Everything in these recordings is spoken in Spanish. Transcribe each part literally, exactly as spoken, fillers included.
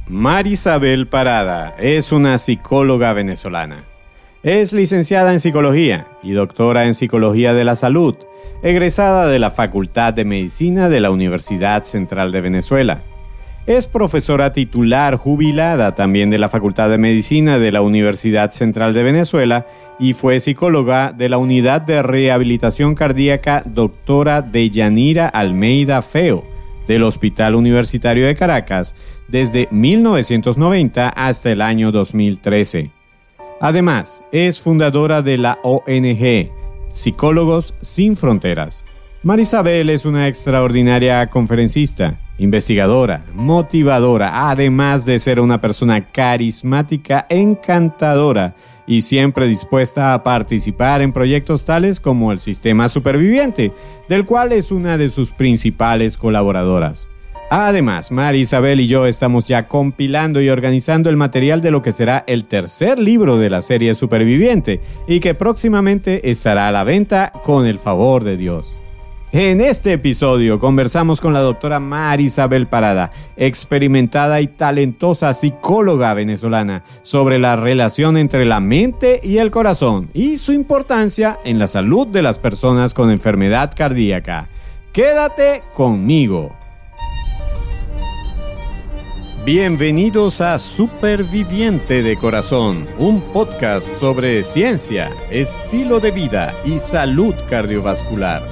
Marisabel Parada es una psicóloga venezolana. Es licenciada en Psicología y doctora en Psicología de la Salud, egresada de la Facultad de Medicina de la Universidad Central de Venezuela. Es profesora titular jubilada también de la Facultad de Medicina de la Universidad Central de Venezuela y fue psicóloga de la Unidad de Rehabilitación Cardíaca Doctora Deyanira Almeida Feo del Hospital Universitario de Caracas desde mil novecientos noventa hasta el año dos mil trece. Además, es fundadora de la O N G Psicólogos Sin Fronteras. Marisabel es una extraordinaria conferencista, investigadora, motivadora, además de ser una persona carismática, encantadora y siempre dispuesta a participar en proyectos tales como el Sistema Superviviente, del cual es una de sus principales colaboradoras. Además, Marisabel y yo estamos ya compilando y organizando el material de lo que será el tercer libro de la serie Superviviente y que próximamente estará a la venta con el favor de Dios. En este episodio conversamos con la doctora Marisabel Parada, experimentada y talentosa psicóloga venezolana, sobre la relación entre la mente y el corazón y su importancia en la salud de las personas con enfermedad cardíaca. Quédate conmigo. Bienvenidos a Superviviente de Corazón, un podcast sobre ciencia, estilo de vida y salud cardiovascular.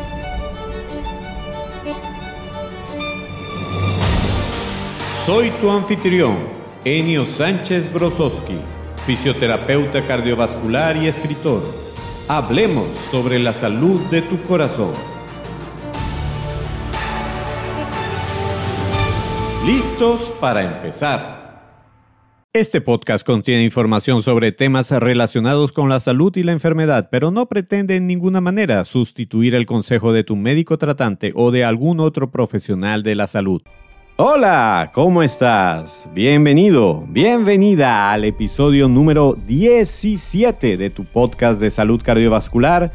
Soy tu anfitrión, Enio Sánchez Brozoski, fisioterapeuta cardiovascular y escritor. Hablemos sobre la salud de tu corazón. ¿Listos para empezar? Este podcast contiene información sobre temas relacionados con la salud y la enfermedad, pero no pretende en ninguna manera sustituir el consejo de tu médico tratante o de algún otro profesional de la salud. Hola, ¿cómo estás? Bienvenido, bienvenida al episodio número diecisiete de tu podcast de salud cardiovascular,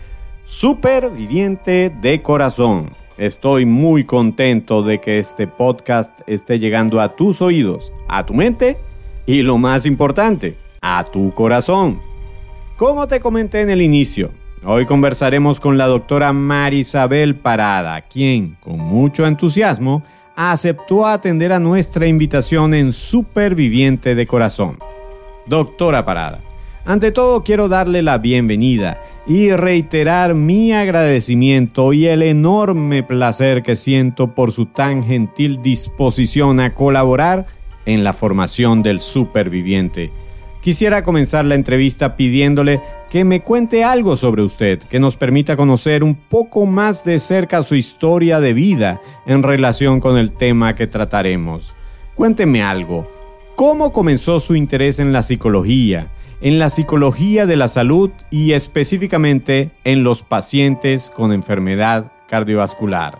Superviviente de Corazón. Estoy muy contento de que este podcast esté llegando a tus oídos, a tu mente y, lo más importante, a tu corazón. Como te comenté en el inicio, hoy conversaremos con la doctora Marisabel Parada, quien, con mucho entusiasmo, aceptó atender a nuestra invitación en Superviviente de Corazón. Doctora Parada, ante todo quiero darle la bienvenida y reiterar mi agradecimiento y el enorme placer que siento por su tan gentil disposición a colaborar en la formación del Superviviente. Quisiera comenzar la entrevista pidiéndole que me cuente algo sobre usted, que nos permita conocer un poco más de cerca su historia de vida en relación con el tema que trataremos. Cuénteme algo. ¿Cómo comenzó su interés en la psicología? en la psicología de la salud y específicamente en los pacientes con enfermedad cardiovascular?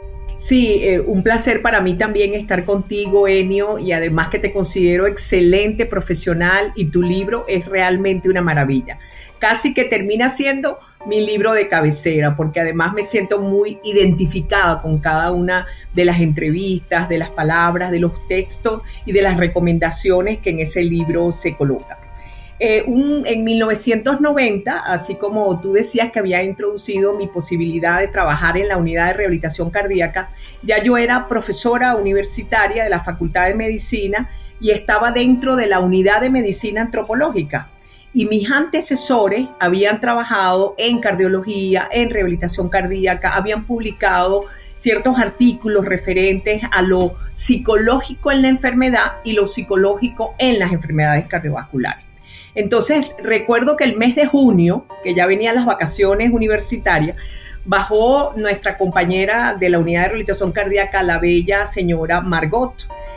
Sí, eh, un placer para mí también estar contigo, Enio, y además que te considero excelente profesional y tu libro es realmente una maravilla. Casi que termina siendo mi libro de cabecera, porque además me siento muy identificada con cada una de las entrevistas, de las palabras, de los textos y de las recomendaciones que en ese libro se colocan. Eh, un, en mil novecientos noventa, así como tú decías que había introducido mi posibilidad de trabajar en la unidad de rehabilitación cardíaca, ya yo era profesora universitaria de la Facultad de Medicina y estaba dentro de la unidad de medicina antropológica. Y mis antecesores habían trabajado en cardiología, en rehabilitación cardíaca, habían publicado ciertos artículos referentes a lo psicológico en la enfermedad y lo psicológico en las enfermedades cardiovasculares. Entonces, recuerdo que el mes de junio, que ya venían las vacaciones universitarias, bajó nuestra compañera de la unidad de rehabilitación cardíaca, la bella señora Margot,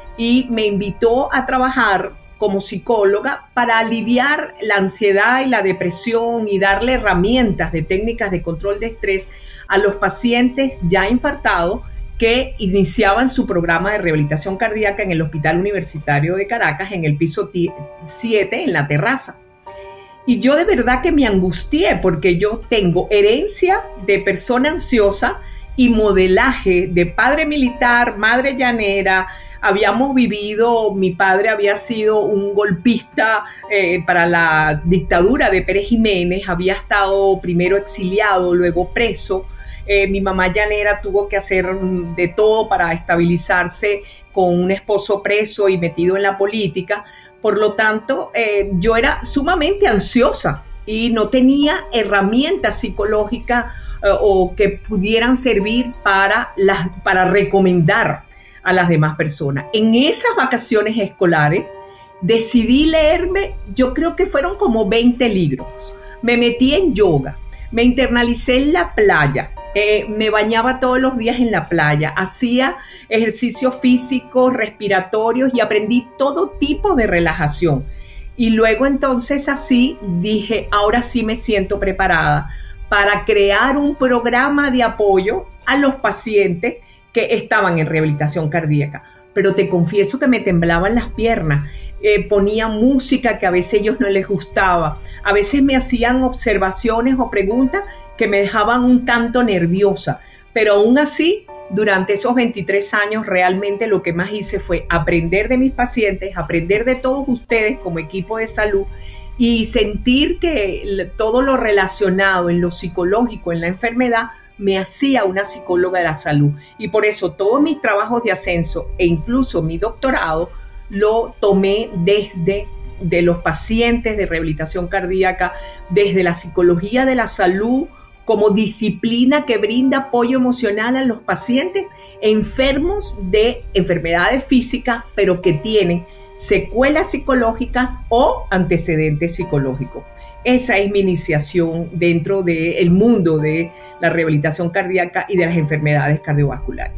y me invitó a trabajar como psicóloga para aliviar la ansiedad y la depresión y darle herramientas de técnicas de control de estrés a los pacientes ya infartados que iniciaban su programa de rehabilitación cardíaca en el Hospital Universitario de Caracas, en el piso siete, en la terraza. Y yo de verdad que me angustié porque yo tengo herencia de persona ansiosa y modelaje de padre militar, madre llanera, habíamos vivido, mi padre había sido un golpista eh, para la dictadura de Pérez Jiménez, había estado primero exiliado, luego preso. Eh, mi mamá llanera tuvo que hacer de todo para estabilizarse con un esposo preso y metido en la política. Por lo tanto, eh, yo era sumamente ansiosa y no tenía herramientas psicológicas eh, o que pudieran servir para, las, para recomendar a las demás personas. En esas vacaciones escolares decidí leerme, yo creo que fueron como veinte libros. Me metí en yoga, me internalicé en la playa, eh, me bañaba todos los días en la playa, hacía ejercicios físicos, respiratorios y aprendí todo tipo de relajación. Y luego entonces así dije, ahora sí me siento preparada para crear un programa de apoyo a los pacientes que estaban en rehabilitación cardíaca. Pero te confieso que me temblaban las piernas. Eh, ponía música que a veces a ellos no les gustaba. A veces me hacían observaciones o preguntas que me dejaban un tanto nerviosa. Pero aún así, durante esos veintitrés años, realmente lo que más hice fue aprender de mis pacientes, aprender de todos ustedes como equipo de salud y sentir que todo lo relacionado en lo psicológico, en la enfermedad, me hacía una psicóloga de la salud. Y por eso todos mis trabajos de ascenso e incluso mi doctorado lo tomé desde de los pacientes de rehabilitación cardíaca, desde la psicología de la salud como disciplina que brinda apoyo emocional a los pacientes enfermos de enfermedades físicas, pero que tienen secuelas psicológicas o antecedentes psicológicos. Esa es mi iniciación dentro del mundo de la rehabilitación cardíaca y de las enfermedades cardiovasculares.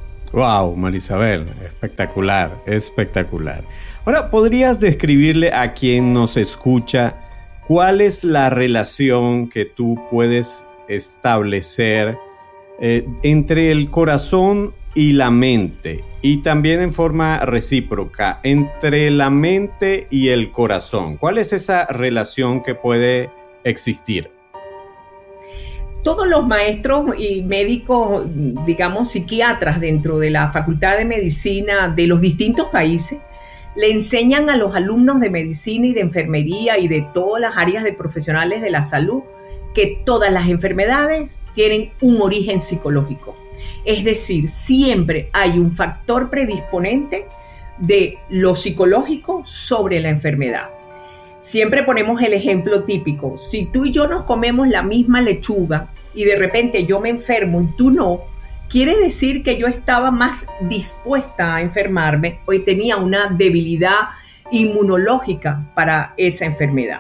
Wow, Marisabel, espectacular, espectacular. Ahora, ¿podrías describirle a quien nos escucha cuál es la relación que tú puedes establecer eh, entre el corazón y la mente, y también en forma recíproca entre la mente y el corazón? ¿Cuál es esa relación que puede existir? Todos los maestros y médicos, digamos psiquiatras dentro de la Facultad de Medicina de los distintos países, le enseñan a los alumnos de medicina y de enfermería y de todas las áreas de profesionales de la salud que todas las enfermedades tienen un origen psicológico. Es decir, siempre hay un factor predisponente de lo psicológico sobre la enfermedad. Siempre ponemos el ejemplo típico. Si tú y yo nos comemos la misma lechuga y de repente yo me enfermo y tú no, quiere decir que yo estaba más dispuesta a enfermarme o tenía una debilidad inmunológica para esa enfermedad.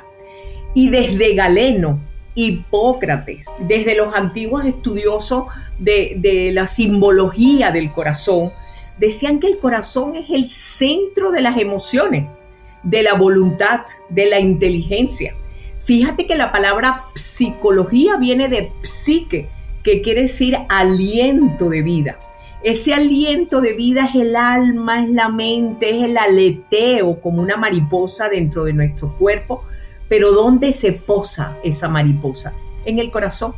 Y desde Galeno, Hipócrates, desde los antiguos estudiosos de, de la simbología del corazón, decían que el corazón es el centro de las emociones, de la voluntad, de la inteligencia. Fíjate que la palabra psicología viene de psique, que quiere decir aliento de vida. Ese aliento de vida es el alma, es la mente, es el aleteo como una mariposa dentro de nuestro cuerpo. Pero ¿dónde se posa esa mariposa? En el corazón.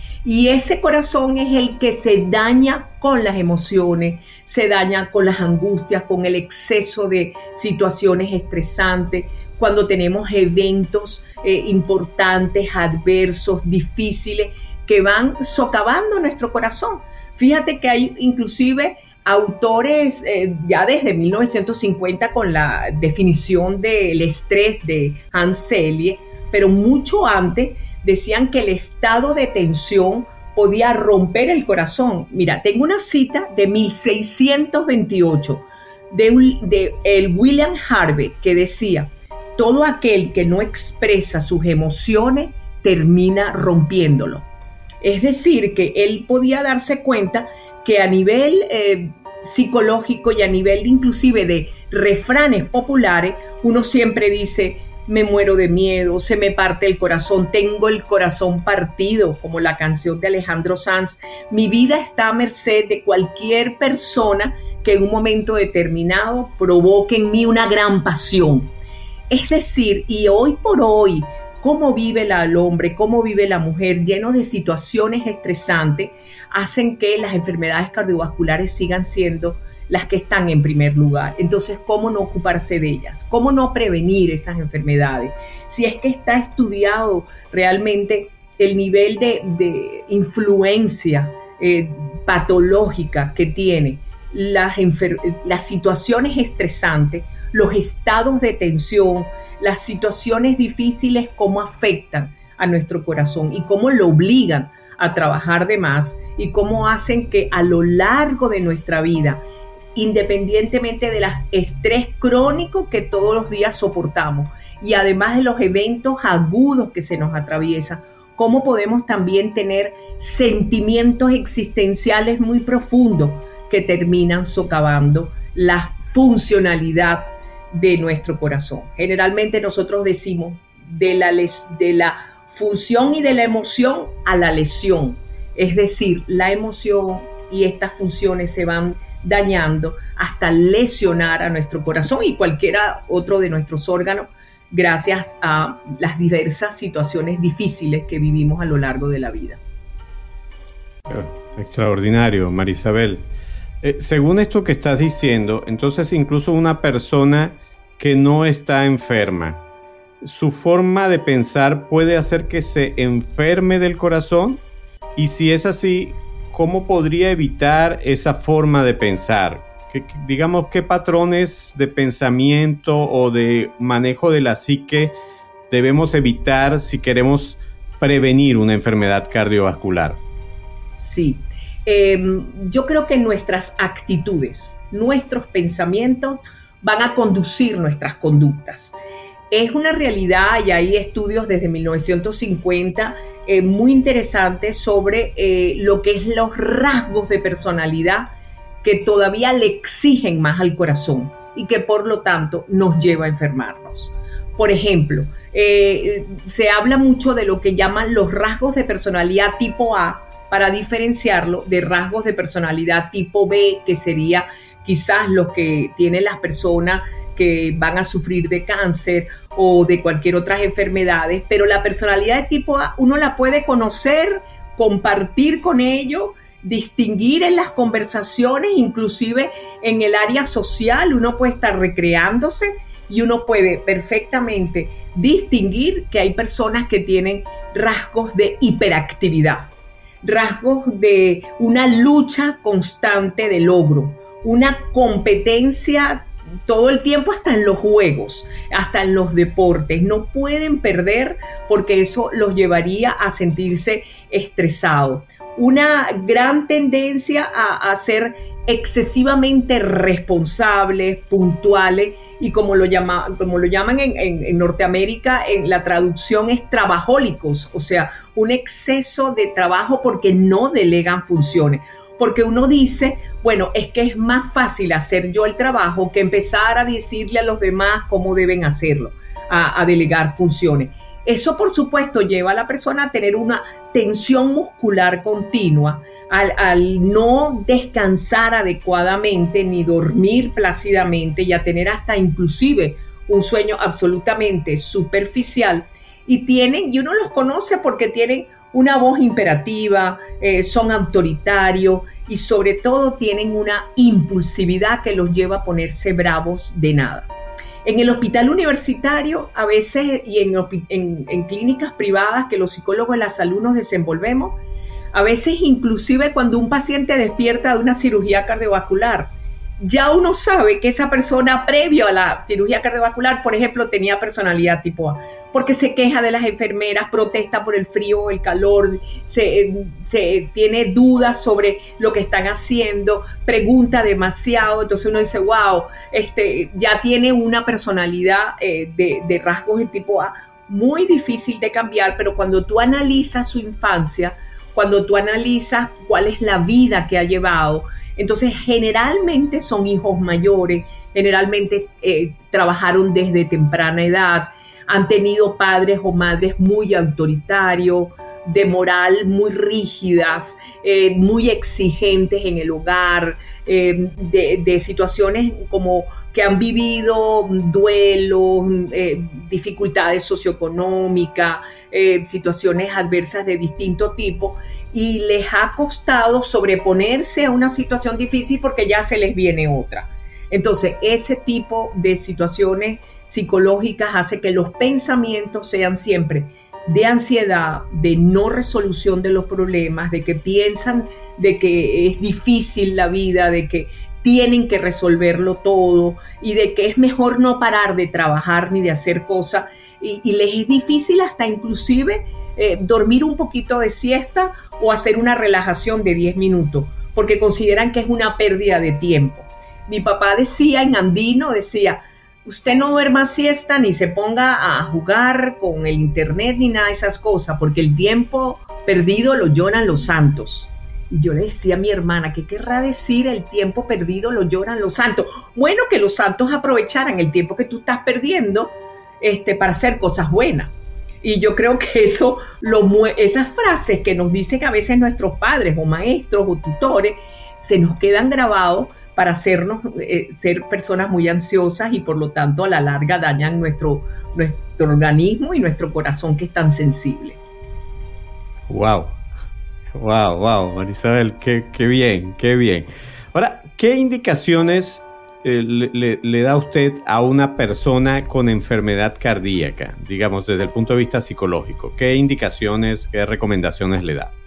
Y ese corazón es el que se daña con las emociones, se daña con las angustias, con el exceso de situaciones estresantes, cuando tenemos eventos eh, importantes, adversos, difíciles, que van socavando nuestro corazón. Fíjate que hay inclusive autores eh, ya desde mil novecientos cincuenta con la definición del estrés de Hans Selye, pero mucho antes decían que el estado de tensión podía romper el corazón. Mira, tengo una cita de mil seiscientos veintiocho de, un, de el William Harvey que decía: todo aquel que no expresa sus emociones termina rompiéndolo. Es decir, que él podía darse cuenta que a nivel eh, psicológico y a nivel inclusive de refranes populares, uno siempre dice: me muero de miedo, se me parte el corazón, tengo el corazón partido, como la canción de Alejandro Sanz. Mi vida está a merced de cualquier persona que en un momento determinado provoque en mí una gran pasión. Es decir, y hoy por hoy, cómo vive el hombre, cómo vive la mujer, lleno de situaciones estresantes, hacen que las enfermedades cardiovasculares sigan siendo las que están en primer lugar. Entonces, ¿cómo no ocuparse de ellas? ¿Cómo no prevenir esas enfermedades? Si es que está estudiado realmente el nivel de, de influencia eh, patológica que tiene las, las situaciones estresantes, los estados de tensión, las situaciones difíciles, cómo afectan a nuestro corazón y cómo lo obligan a trabajar de más y cómo hacen que a lo largo de nuestra vida, independientemente del estrés crónico que todos los días soportamos y además de los eventos agudos que se nos atraviesan, cómo podemos también tener sentimientos existenciales muy profundos que terminan socavando la funcionalidad de nuestro corazón. Generalmente nosotros decimos de la, les, de la función y de la emoción a la lesión, es decir, la emoción y estas funciones se van dañando hasta lesionar a nuestro corazón y cualquiera otro de nuestros órganos gracias a las diversas situaciones difíciles que vivimos a lo largo de la vida. Extraordinario, Marisabel. Eh, según esto que estás diciendo, entonces incluso una persona que no está enferma, su forma de pensar puede hacer que se enferme del corazón, y si es así, ¿cómo podría evitar esa forma de pensar? ¿Qué, digamos, qué patrones de pensamiento o de manejo de la psique debemos evitar si queremos prevenir una enfermedad cardiovascular? Sí, eh, yo creo que nuestras actitudes, nuestros pensamientos van a conducir nuestras conductas. Es una realidad y hay estudios desde mil novecientos cincuenta eh, muy interesantes sobre eh, lo que es los rasgos de personalidad que todavía le exigen más al corazón y que por lo tanto nos lleva a enfermarnos. Por ejemplo, eh, se habla mucho de lo que llaman los rasgos de personalidad tipo A para diferenciarlo de rasgos de personalidad tipo B, que sería quizás los que tienen las personas que van a sufrir de cáncer o de cualquier otra enfermedad, pero la personalidad de tipo A uno la puede conocer, compartir con ellos, distinguir en las conversaciones, inclusive en el área social, uno puede estar recreándose y uno puede perfectamente distinguir que hay personas que tienen rasgos de hiperactividad, rasgos de una lucha constante de logro, una competencia todo el tiempo, hasta en los juegos, hasta en los deportes. No pueden perder porque eso los llevaría a sentirse estresados. Una gran tendencia a, a ser excesivamente responsables, puntuales y como lo, llama, como lo llaman en, en, en Norteamérica, en la traducción es trabajólicos, o sea, un exceso de trabajo porque no delegan funciones. Porque uno dice, bueno, es que es más fácil hacer yo el trabajo que empezar a decirle a los demás cómo deben hacerlo, a, a delegar funciones. Eso, por supuesto, lleva a la persona a tener una tensión muscular continua, al, al no descansar adecuadamente ni dormir plácidamente y a tener hasta inclusive un sueño absolutamente superficial. Y tienen, y uno los conoce porque tienen una voz imperativa, eh, son autoritarios y sobre todo tienen una impulsividad que los lleva a ponerse bravos de nada. En el hospital universitario, a veces, y en, en, en clínicas privadas que los psicólogos de la salud nos desenvolvemos, a veces inclusive cuando un paciente despierta de una cirugía cardiovascular, ya uno sabe que esa persona previo a la cirugía cardiovascular, por ejemplo, tenía personalidad tipo A, porque se queja de las enfermeras, protesta por el frío o el calor, se, se tiene dudas sobre lo que están haciendo, pregunta demasiado, entonces uno dice, wow, este, ya tiene una personalidad eh, de, de rasgos de tipo A muy difícil de cambiar, pero cuando tú analizas su infancia, cuando tú analizas cuál es la vida que ha llevado, entonces generalmente son hijos mayores, generalmente eh, trabajaron desde temprana edad, han tenido padres o madres muy autoritarios, de moral muy rígidas, eh, muy exigentes en el hogar, eh, de, de situaciones como que han vivido duelos, eh, dificultades socioeconómicas, eh, situaciones adversas de distinto tipo, y les ha costado sobreponerse a una situación difícil porque ya se les viene otra. Entonces, ese tipo de situaciones psicológicas hace que los pensamientos sean siempre de ansiedad, de no resolución de los problemas, de que piensan de que es difícil la vida, de que tienen que resolverlo todo y de que es mejor no parar de trabajar ni de hacer cosas, y, y les es difícil hasta inclusive eh, dormir un poquito de siesta o hacer una relajación de diez minutos, porque consideran que es una pérdida de tiempo. Mi papá decía en andino, decía, usted no duerma siesta ni se ponga a jugar con el internet ni nada de esas cosas, porque el tiempo perdido lo lloran los santos. Y yo le decía a mi hermana, ¿qué querrá decir el tiempo perdido lo lloran los santos? Bueno, que los santos aprovecharan el tiempo que tú estás perdiendo este, para hacer cosas buenas. Y yo creo que eso, lo, esas frases que nos dicen a veces nuestros padres o maestros o tutores, se nos quedan grabados para hacernos eh, ser personas muy ansiosas y por lo tanto a la larga dañan nuestro, nuestro organismo y nuestro corazón, que es tan sensible. Wow. Wow, wow, Marisabel, qué, qué bien, qué bien. Ahora, ¿qué indicaciones eh, le, le, le da usted a una persona con enfermedad cardíaca, digamos, desde el punto de vista psicológico? ¿Qué indicaciones, qué recomendaciones le da?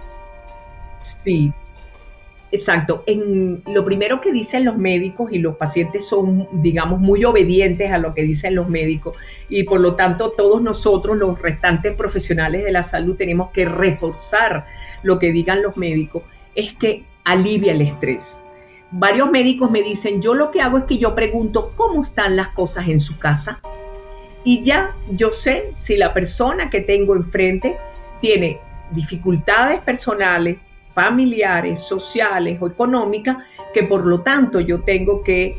Sí, exacto. En, lo primero que dicen los médicos, y los pacientes son, digamos, muy obedientes a lo que dicen los médicos, y por lo tanto todos nosotros, los restantes profesionales de la salud, tenemos que reforzar lo que digan los médicos, es que alivia el estrés. Varios médicos me dicen, yo lo que hago es que yo pregunto cómo están las cosas en su casa, y ya yo sé si la persona que tengo enfrente tiene dificultades personales, familiares, sociales o económicas, que por lo tanto yo tengo que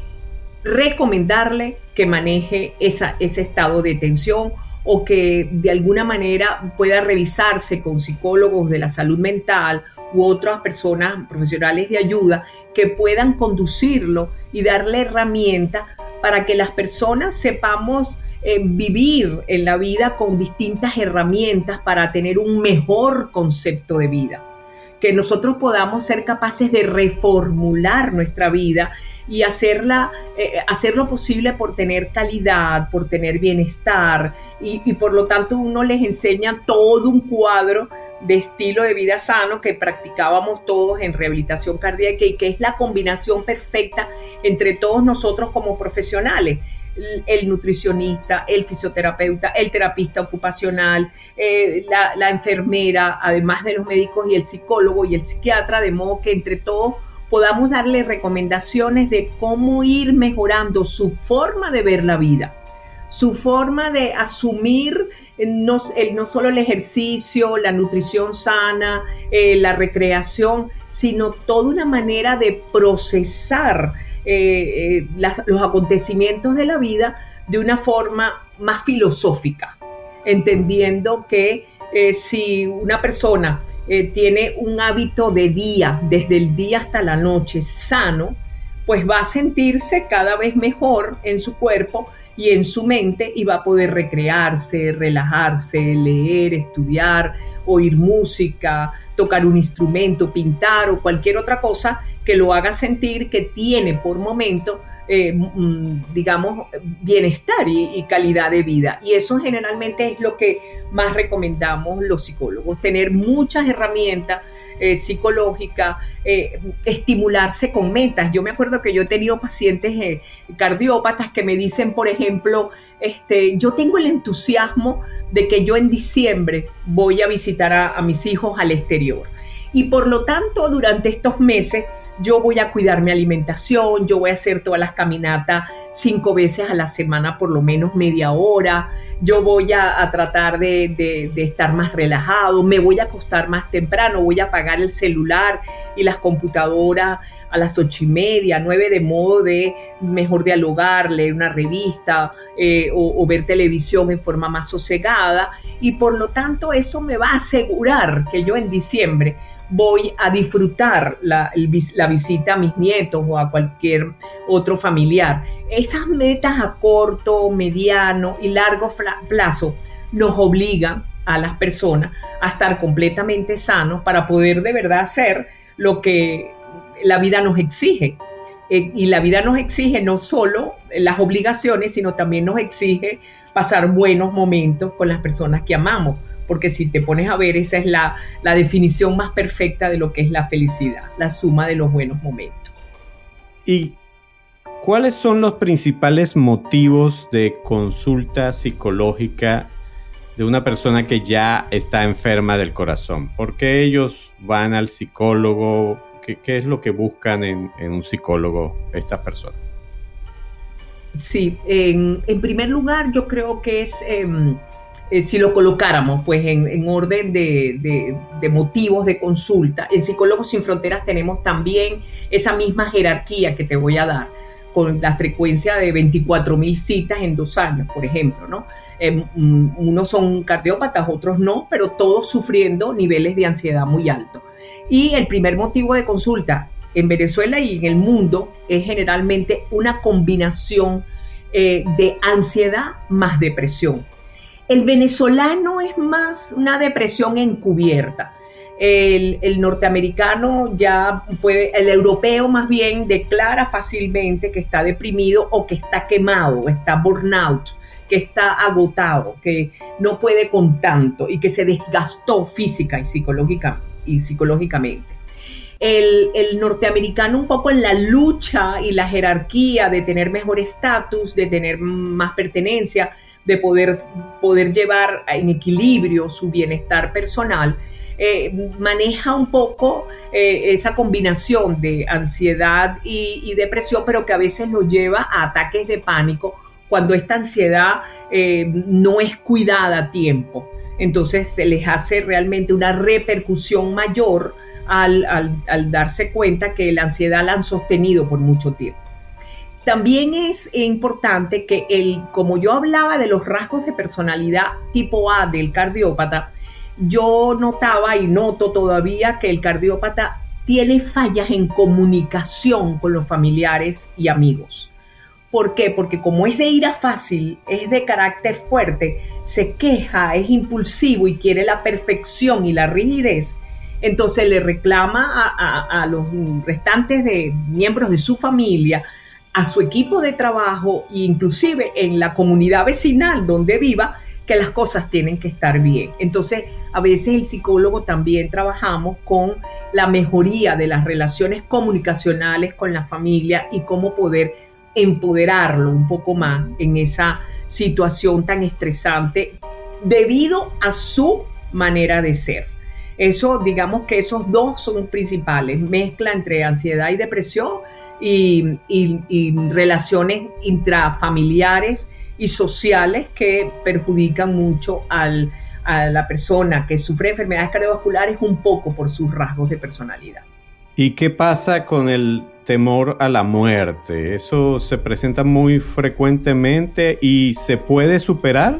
recomendarle que maneje esa, ese estado de tensión, o que de alguna manera pueda revisarse con psicólogos de la salud mental u otras personas profesionales de ayuda que puedan conducirlo y darle herramientas para que las personas sepamos eh, vivir en la vida con distintas herramientas para tener un mejor concepto de vida. Que nosotros podamos ser capaces de reformular nuestra vida y hacerla, eh, hacer lo posible por tener calidad, por tener bienestar, y, y por lo tanto uno les enseña todo un cuadro de estilo de vida sano que practicábamos todos en rehabilitación cardíaca, y que es la combinación perfecta entre todos nosotros como profesionales. El nutricionista, el fisioterapeuta, el terapista ocupacional, eh, la, la enfermera, además de los médicos, y el psicólogo y el psiquiatra, de modo que entre todos podamos darle recomendaciones de cómo ir mejorando su forma de ver la vida, su forma de asumir no, el, no solo el ejercicio, la nutrición sana, eh, la recreación, sino toda una manera de procesar Eh, eh, las, los acontecimientos de la vida de una forma más filosófica, entendiendo que eh, si una persona eh, tiene un hábito de día, desde el día hasta la noche sano, pues va a sentirse cada vez mejor en su cuerpo y en su mente, y va a poder recrearse, relajarse, leer, estudiar, oír música, tocar un instrumento, pintar o cualquier otra cosa que lo haga sentir que tiene por momento, eh, digamos, bienestar y, y calidad de vida. Y eso generalmente es lo que más recomendamos los psicólogos, tener muchas herramientas eh, psicológicas, eh, estimularse con metas. Yo me acuerdo que yo he tenido pacientes eh, cardiópatas que me dicen, por ejemplo, este, yo tengo el entusiasmo de que yo en diciembre voy a visitar a, a mis hijos al exterior. Y por lo tanto, durante estos meses, yo voy a cuidar mi alimentación, yo voy a hacer todas las caminatas cinco veces a la semana, por lo menos media hora, yo voy a, a tratar de, de, de estar más relajado, me voy a acostar más temprano, voy a apagar el celular y las computadoras a las ocho y media, nueve, de modo de mejor dialogar, leer una revista eh, o, o ver televisión en forma más sosegada, y por lo tanto eso me va a asegurar que yo en diciembre voy a disfrutar la, la visita a mis nietos o a cualquier otro familiar. Esas metas a corto, mediano y largo plazo nos obligan a las personas a estar completamente sanos para poder de verdad hacer lo que la vida nos exige. Eh, y la vida nos exige no solo las obligaciones, sino también nos exige pasar buenos momentos con las personas que amamos, porque si te pones a ver, esa es la, la definición más perfecta de lo que es la felicidad, la suma de los buenos momentos. ¿Y cuáles son los principales motivos de consulta psicológica de una persona que ya está enferma del corazón? ¿Por qué ellos van al psicólogo? ¿Qué, qué es lo que buscan en, en un psicólogo estas personas? Sí, en, en primer lugar yo creo que es, eh, eh, si lo colocáramos pues en, en orden de, de, de motivos de consulta, en Psicólogos Sin Fronteras tenemos también esa misma jerarquía que te voy a dar, con la frecuencia de veinticuatro mil citas en dos años, por ejemplo, ¿no? Eh, unos son cardiópatas, otros no, pero todos sufriendo niveles de ansiedad muy altos. Y el primer motivo de consulta en Venezuela y en el mundo es generalmente una combinación eh, de ansiedad más depresión. El venezolano es más una depresión encubierta. El, el norteamericano ya puede, el europeo más bien declara fácilmente que está deprimido o que está quemado, está burnout, que está agotado, que no puede con tanto y que se desgastó física y, psicológica, y psicológicamente. El, el norteamericano un poco en la lucha y la jerarquía de tener mejor estatus, de tener más pertenencia, de poder, poder llevar en equilibrio su bienestar personal, Eh, maneja un poco eh, esa combinación de ansiedad y, y depresión, pero que a veces lo lleva a ataques de pánico cuando esta ansiedad eh, no es cuidada a tiempo. Entonces se les hace realmente una repercusión mayor al, al, al darse cuenta que la ansiedad la han sostenido por mucho tiempo. También es importante que, el, como yo hablaba de los rasgos de personalidad tipo A del cardiópata, yo notaba y noto todavía que el cardiópata tiene fallas en comunicación con los familiares y amigos. ¿Por qué? Porque como es de ira fácil, es de carácter fuerte, se queja, es impulsivo y quiere la perfección y la rigidez, entonces le reclama a, a, a los restantes de miembros de su familia, a su equipo de trabajo e inclusive en la comunidad vecinal donde viva, que las cosas tienen que estar bien. Entonces, a veces el psicólogo también trabajamos con la mejoría de las relaciones comunicacionales con la familia y cómo poder empoderarlo un poco más en esa situación tan estresante debido a su manera de ser. Eso, digamos que esos dos son principales, mezcla entre ansiedad y depresión y, y, y relaciones intrafamiliares y sociales que perjudican mucho al, a la persona que sufre enfermedades cardiovasculares un poco por sus rasgos de personalidad. ¿Y qué pasa con el temor a la muerte? ¿Eso se presenta muy frecuentemente y se puede superar?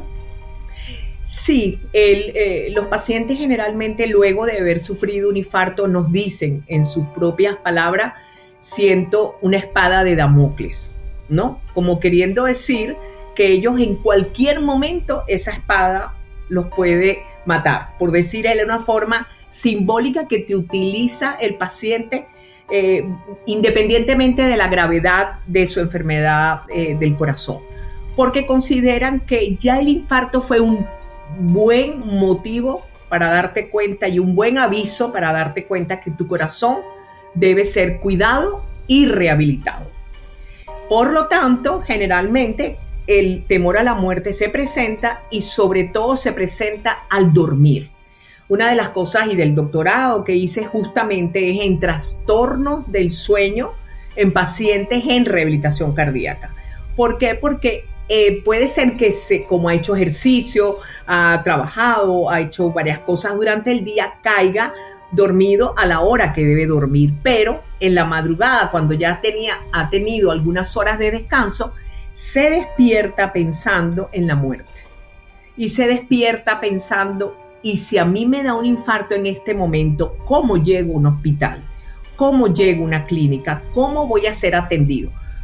Sí, el, eh, los pacientes generalmente luego de haber sufrido un infarto nos dicen en sus propias palabras, siento una espada de Damocles, ¿no? Como queriendo decir que ellos en cualquier momento esa espada los puede matar, por decir de una forma simbólica que te utiliza el paciente eh, independientemente de la gravedad de su enfermedad eh, del corazón, porque consideran que ya el infarto fue un buen motivo para darte cuenta y un buen aviso para darte cuenta que tu corazón debe ser cuidado y rehabilitado. Por lo tanto, generalmente el temor a la muerte se presenta y sobre todo se presenta al dormir. Una de las cosas y del doctorado que hice justamente es en trastornos del sueño en pacientes en rehabilitación cardíaca. ¿Por qué? Porque eh, puede ser que se, como ha hecho ejercicio, ha trabajado, ha hecho varias cosas durante el día, caiga dormido a la hora que debe dormir, pero en la madrugada, cuando ya tenía, ha tenido algunas horas de descanso, se despierta pensando en la muerte y se despierta pensando, ¿y si a mí me da un infarto en este momento, cómo llego a un hospital? ¿Cómo llego a una clínica? ¿Cómo voy a ser atendido?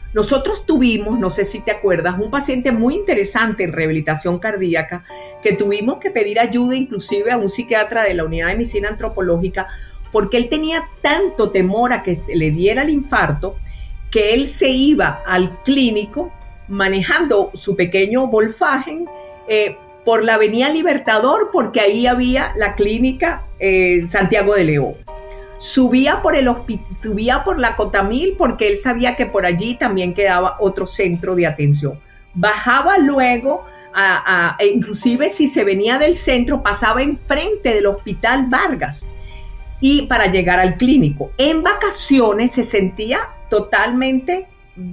Nosotros tuvimos, no sé si te acuerdas, un paciente muy interesante en rehabilitación cardíaca que tuvimos que pedir ayuda inclusive a un psiquiatra de la unidad de medicina antropológica porque él tenía tanto temor a que le diera el infarto que él se iba al clínico manejando su pequeño Volkswagen eh, por la avenida Libertador, porque ahí había la clínica eh, Santiago de León. Subía por, el hospi- subía por la Cotamil porque él sabía que por allí también quedaba otro centro de atención. Bajaba luego, a, a, inclusive si se venía del centro, pasaba enfrente del Hospital Vargas y para llegar al clínico. En vacaciones se sentía totalmente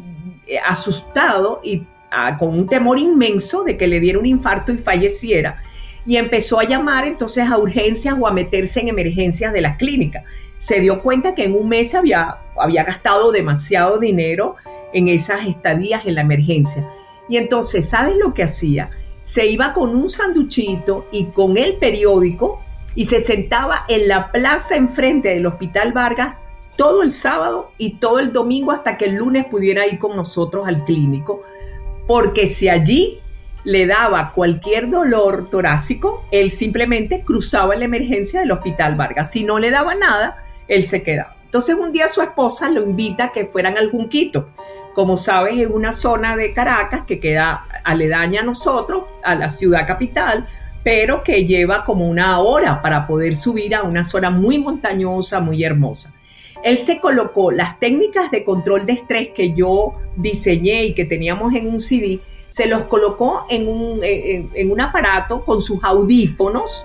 asustado y uh, con un temor inmenso de que le diera un infarto y falleciera, y empezó a llamar entonces a urgencias o a meterse en emergencias de la clínica. Se dio cuenta que en un mes había, había gastado demasiado dinero en esas estadías en la emergencia, y entonces, ¿sabes lo que hacía? Se iba con un sanduchito y con el periódico y se sentaba en la plaza enfrente del Hospital Vargas todo el sábado y todo el domingo hasta que el lunes pudiera ir con nosotros al clínico, porque si allí le daba cualquier dolor torácico, él simplemente cruzaba la emergencia del Hospital Vargas. Si no le daba nada, él se quedaba. Entonces un día su esposa lo invita a que fueran al Junquito. Como sabes, es una zona de Caracas que queda aledaña a nosotros, a la ciudad capital, pero que lleva como una hora para poder subir a una zona muy montañosa, muy hermosa. Él se colocó las técnicas de control de estrés que yo diseñé y que teníamos en un C D, se los colocó en un, en, en un aparato con sus audífonos,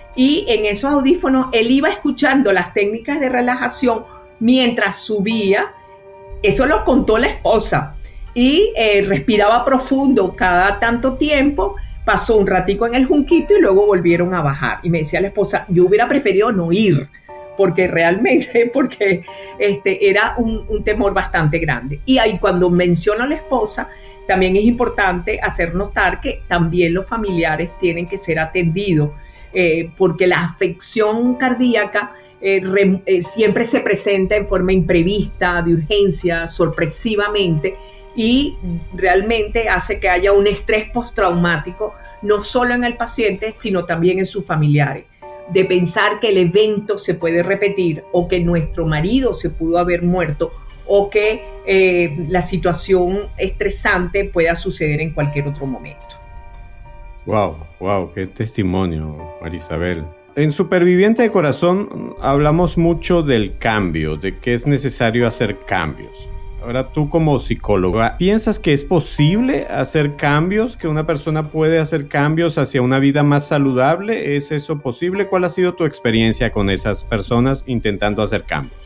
y en esos audífonos él iba escuchando las técnicas de relajación mientras subía. Eso lo contó la esposa, y eh, respiraba profundo cada tanto tiempo. Pasó un ratico en el Junquito y luego volvieron a bajar, y me decía la esposa, yo hubiera preferido no ir, porque realmente porque este, era un, un temor bastante grande. Y ahí cuando menciono a la esposa, también es importante hacer notar que también los familiares tienen que ser atendidos, eh, porque la afección cardíaca eh, re, eh, siempre se presenta en forma imprevista, de urgencia, sorpresivamente, y realmente hace que haya un estrés postraumático, no solo en el paciente, sino también en sus familiares, de pensar que el evento se puede repetir, o que nuestro marido se pudo haber muerto, o que eh, la situación estresante pueda suceder en cualquier otro momento. Wow, wow, qué testimonio, Marisabel. En Superviviente de Corazón hablamos mucho del cambio, de que es necesario hacer cambios. Ahora tú como psicóloga, ¿piensas que es posible hacer cambios, que una persona puede hacer cambios hacia una vida más saludable? ¿Es eso posible? ¿Cuál ha sido tu experiencia con esas personas intentando hacer cambios?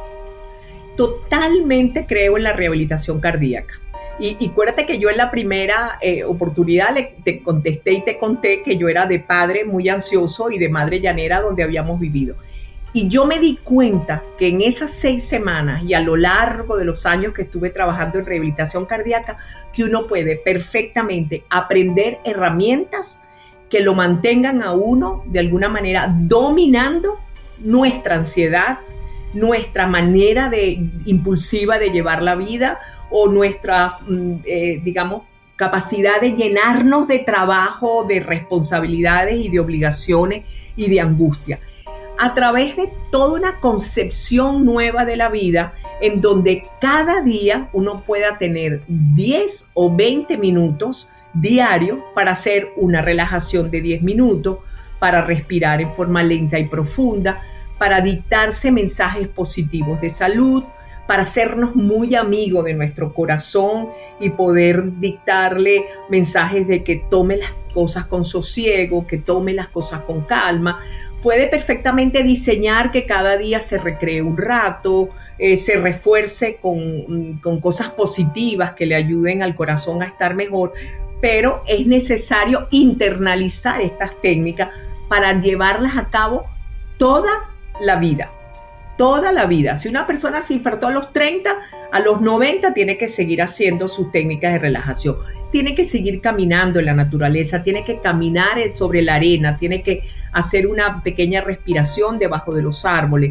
Totalmente creo en la rehabilitación cardíaca. Y, y acuérdate que yo en la primera eh, oportunidad le, te contesté y te conté que yo era de padre muy ansioso y de madre llanera donde habíamos vivido. Y yo me di cuenta que en esas seis semanas y a lo largo de los años que estuve trabajando en rehabilitación cardíaca, que uno puede perfectamente aprender herramientas que lo mantengan a uno de alguna manera dominando nuestra ansiedad, nuestra manera de, impulsiva de llevar la vida, o nuestra, eh, digamos, capacidad de llenarnos de trabajo, de responsabilidades y de obligaciones y de angustia, a través de toda una concepción nueva de la vida, en donde cada día uno pueda tener diez o veinte minutos diarios para hacer una relajación de diez minutos, para respirar en forma lenta y profunda, para dictarse mensajes positivos de salud, para hacernos muy amigos de nuestro corazón y poder dictarle mensajes de que tome las cosas con sosiego, que tome las cosas con calma. Puede perfectamente diseñar que cada día se recree un rato, eh, se refuerce con, con cosas positivas que le ayuden al corazón a estar mejor, pero es necesario internalizar estas técnicas para llevarlas a cabo toda la vida. Toda la vida. Si una persona se infartó a los treinta, a los noventa tiene que seguir haciendo sus técnicas de relajación. Tiene que seguir caminando en la naturaleza, tiene que caminar sobre la arena, tiene que hacer una pequeña respiración debajo de los árboles,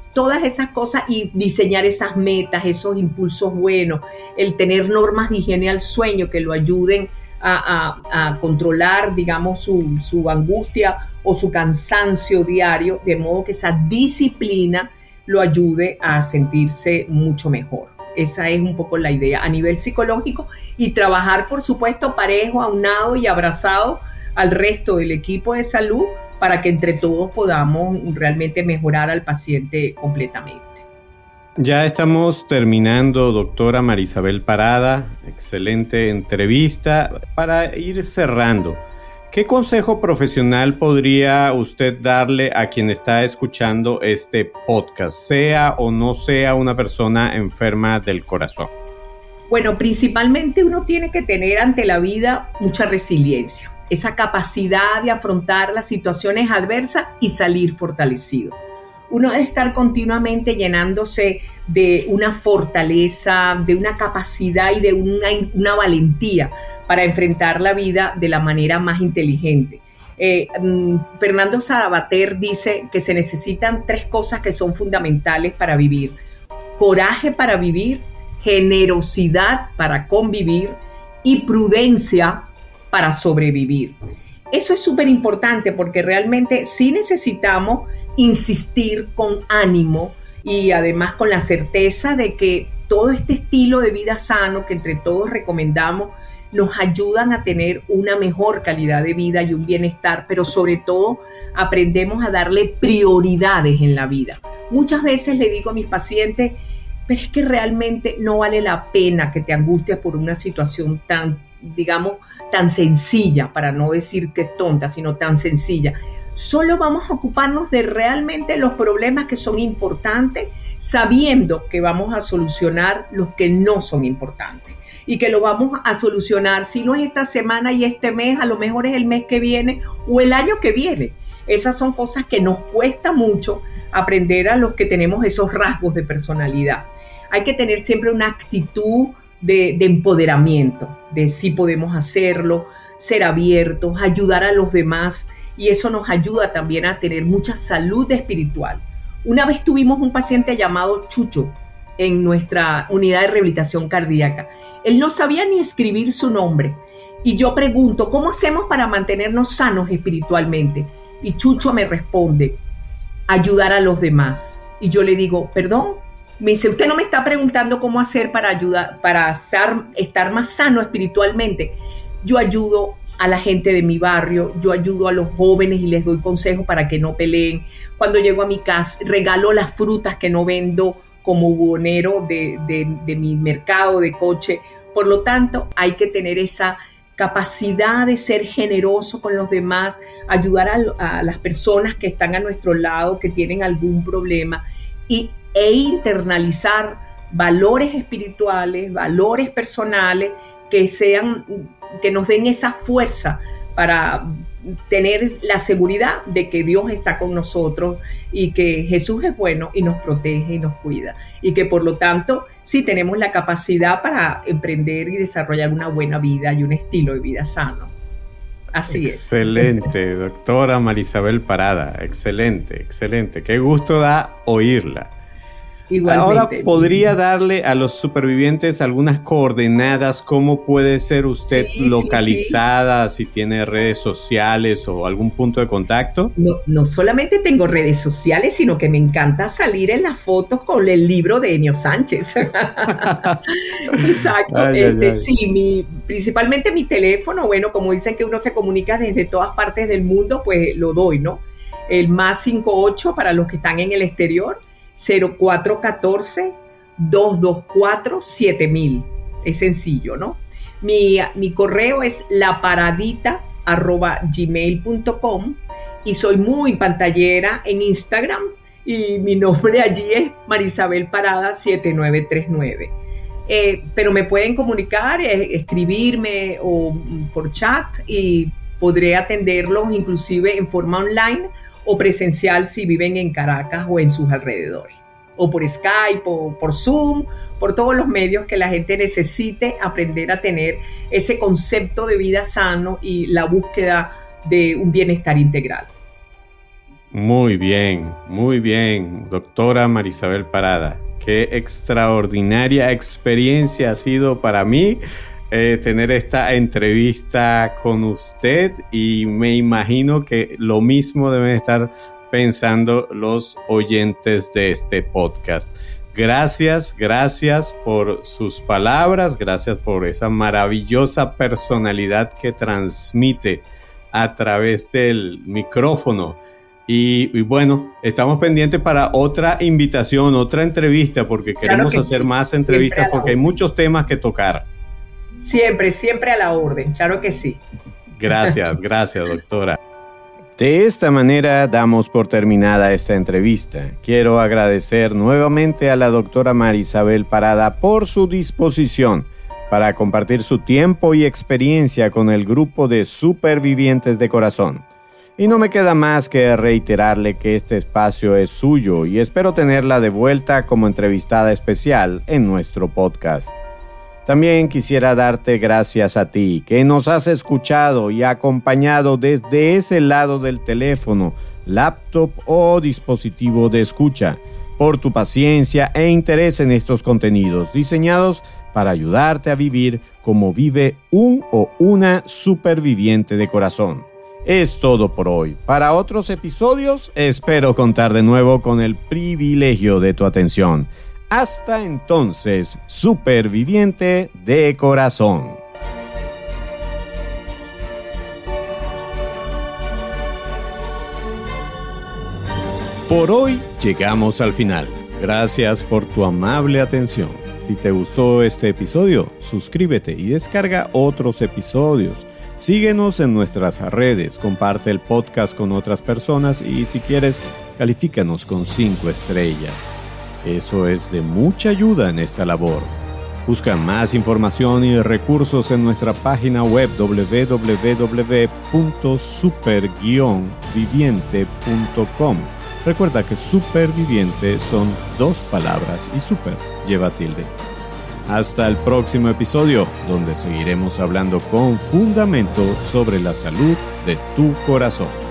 todas esas cosas y diseñar esas metas, esos impulsos buenos, el tener normas de higiene al sueño que lo ayuden a, a, a controlar, digamos, su, su angustia o su cansancio diario, de modo que esa disciplina lo ayude a sentirse mucho mejor. Esa es un poco la idea a nivel psicológico, y trabajar, por supuesto, parejo, aunado y abrazado al resto del equipo de salud para que entre todos podamos realmente mejorar al paciente completamente. Ya estamos terminando, doctora Marisabel Parada. Excelente entrevista. Para ir cerrando, ¿qué consejo profesional podría usted darle a quien está escuchando este podcast, sea o no sea una persona enferma del corazón? Bueno, principalmente uno tiene que tener ante la vida mucha resiliencia, esa capacidad de afrontar las situaciones adversas y salir fortalecido. Uno debe estar continuamente llenándose de una fortaleza, de una capacidad y de una, una valentía para enfrentar la vida de la manera más inteligente. Eh, Fernando Savater dice que se necesitan tres cosas que son fundamentales para vivir: coraje para vivir, generosidad para convivir y prudencia para sobrevivir. Eso es súper importante porque realmente sí necesitamos insistir con ánimo y además con la certeza de que todo este estilo de vida sano que entre todos recomendamos nos ayudan a tener una mejor calidad de vida y un bienestar, pero sobre todo aprendemos a darle prioridades en la vida. Muchas veces le digo a mis pacientes, pero es que realmente no vale la pena que te angusties por una situación tan, digamos, tan sencilla, para no decir que tonta, sino tan sencilla. Solo vamos a ocuparnos de realmente los problemas que son importantes, sabiendo que vamos a solucionar los que no son importantes y que lo vamos a solucionar, si no es esta semana y este mes, a lo mejor es el mes que viene o el año que viene. Esas son cosas que nos cuesta mucho aprender a los que tenemos esos rasgos de personalidad. Hay que tener siempre una actitud de, de empoderamiento, de sí podemos hacerlo, ser abiertos, ayudar a los demás, y eso nos ayuda también a tener mucha salud espiritual. Una vez tuvimos un paciente llamado Chucho en nuestra unidad de rehabilitación cardíaca. Él no sabía ni escribir su nombre. Y yo pregunto, ¿cómo hacemos para mantenernos sanos espiritualmente? Y Chucho me responde, ayudar a los demás. Y yo le digo, perdón, me dice, usted no me está preguntando cómo hacer para ayudar, para estar, estar más sano espiritualmente. Yo ayudo a la gente de mi barrio, yo ayudo a los jóvenes y les doy consejos para que no peleen. Cuando llego a mi casa, regalo las frutas que no vendo como buhonero de, de, de mi mercado de coche. Por lo tanto, hay que tener esa capacidad de ser generoso con los demás, ayudar a, a las personas que están a nuestro lado, que tienen algún problema, y, e internalizar valores espirituales, valores personales que sean, que nos den esa fuerza para tener la seguridad de que Dios está con nosotros y que Jesús es bueno y nos protege y nos cuida, y que por lo tanto sí tenemos la capacidad para emprender y desarrollar una buena vida y un estilo de vida sano. Así es. Excelente, doctora Marisabel Parada, excelente, excelente. Qué gusto da oírla. Igualmente. Ahora, ¿podría darle a los supervivientes algunas coordenadas? ¿Cómo puede ser usted sí, localizada? Sí, sí. Si tiene redes sociales o algún punto de contacto. No, no solamente tengo redes sociales, sino que me encanta salir en las fotos con el libro de Enio Sánchez. Exacto. Ay, este, ay, ay. Sí, mi, principalmente mi teléfono. Bueno, como dicen que uno se comunica desde todas partes del mundo, pues lo doy, ¿no? El más cincuenta y ocho para los que están en el exterior. cero cuatro uno cuatro, dos dos cuatro, siete mil. Es sencillo, ¿no? Mi, mi correo es laparadita arroba gmail punto com y soy muy pantallera en Instagram y mi nombre allí es Marisabel Parada siete nueve tres nueve. Eh, pero me pueden comunicar, eh, escribirme o por chat y podré atenderlos inclusive en forma online o presencial si viven en Caracas o en sus alrededores, o por Skype o por Zoom, por todos los medios que la gente necesite aprender a tener ese concepto de vida sano y la búsqueda de un bienestar integral. Muy bien, muy bien, doctora Marisabel Parada. Qué extraordinaria experiencia ha sido para mí eh, tener esta entrevista con usted, y me imagino que lo mismo deben estar pensando los oyentes de este podcast. Gracias, gracias por sus palabras, gracias por esa maravillosa personalidad que transmite a través del micrófono. Y, y bueno, estamos pendientes para otra invitación, otra entrevista, porque queremos claro hacer sí. más entrevistas porque hay muchos temas que tocar. Siempre, siempre a la orden, claro que sí. Gracias, gracias, doctora. De esta manera damos por terminada esta entrevista. Quiero agradecer nuevamente a la doctora Marisabel Parada por su disposición para compartir su tiempo y experiencia con el grupo de Supervivientes de Corazón. Y no me queda más que reiterarle que este espacio es suyo y espero tenerla de vuelta como entrevistada especial en nuestro podcast. También quisiera darte gracias a ti, que nos has escuchado y acompañado desde ese lado del teléfono, laptop o dispositivo de escucha, por tu paciencia e interés en estos contenidos diseñados para ayudarte a vivir como vive un o una superviviente de corazón. Es todo por hoy. Para otros episodios, espero contar de nuevo con el privilegio de tu atención. Hasta entonces, superviviente de corazón. Por hoy llegamos al final. Gracias por tu amable atención. Si te gustó este episodio, suscríbete y descarga otros episodios. Síguenos en nuestras redes, comparte el podcast con otras personas y, si quieres, califícanos con cinco estrellas. Eso es de mucha ayuda en esta labor. Busca más información y recursos en nuestra página web doble u doble u doble u punto super guion viviente punto com. Recuerda que superviviente son dos palabras y super lleva tilde. Hasta el próximo episodio, donde seguiremos hablando con fundamento sobre la salud de tu corazón.